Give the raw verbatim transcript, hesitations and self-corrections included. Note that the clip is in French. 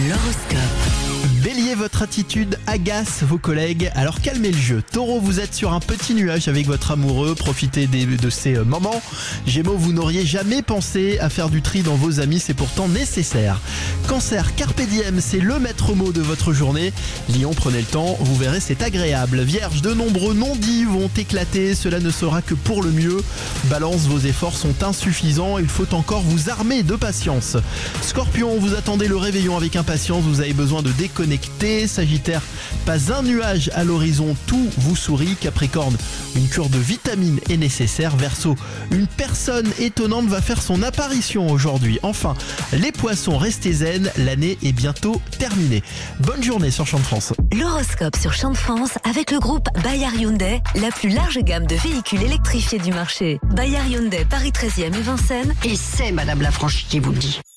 L'horoscope. Bélier, votre attitude agace vos collègues, alors calmez le jeu. Taureau, vous êtes sur un petit nuage avec votre amoureux, profitez des- de ces euh, moments. Gémeaux, vous n'auriez jamais pensé à faire du tri dans vos amis, c'est pourtant nécessaire. Cancer, carpe diem, c'est le maître mot de votre journée. Lion, prenez le temps, vous verrez, c'est agréable. Vierge, de nombreux non-dits vont éclater, cela ne sera que pour le mieux. Balance, vos efforts sont insuffisants, il faut encore vous armer de patience. Scorpion, vous attendez le réveillon avec impatience, vous avez besoin de déconnecter. Sagittaire, pas un nuage à l'horizon, tout vous sourit. Capricorne, une cure de vitamines est nécessaire. Verseau, une personne étonnante va faire son apparition aujourd'hui. Enfin, les poissons, restez zen, l'année est bientôt terminée. Bonne journée sur Champ de France. L'horoscope sur Champ de France avec le groupe Bayard Hyundai, la plus large gamme de véhicules électrifiés du marché. Bayard Hyundai, Paris treizième et Vincennes. Et c'est Madame Lafranchi qui vous le dit.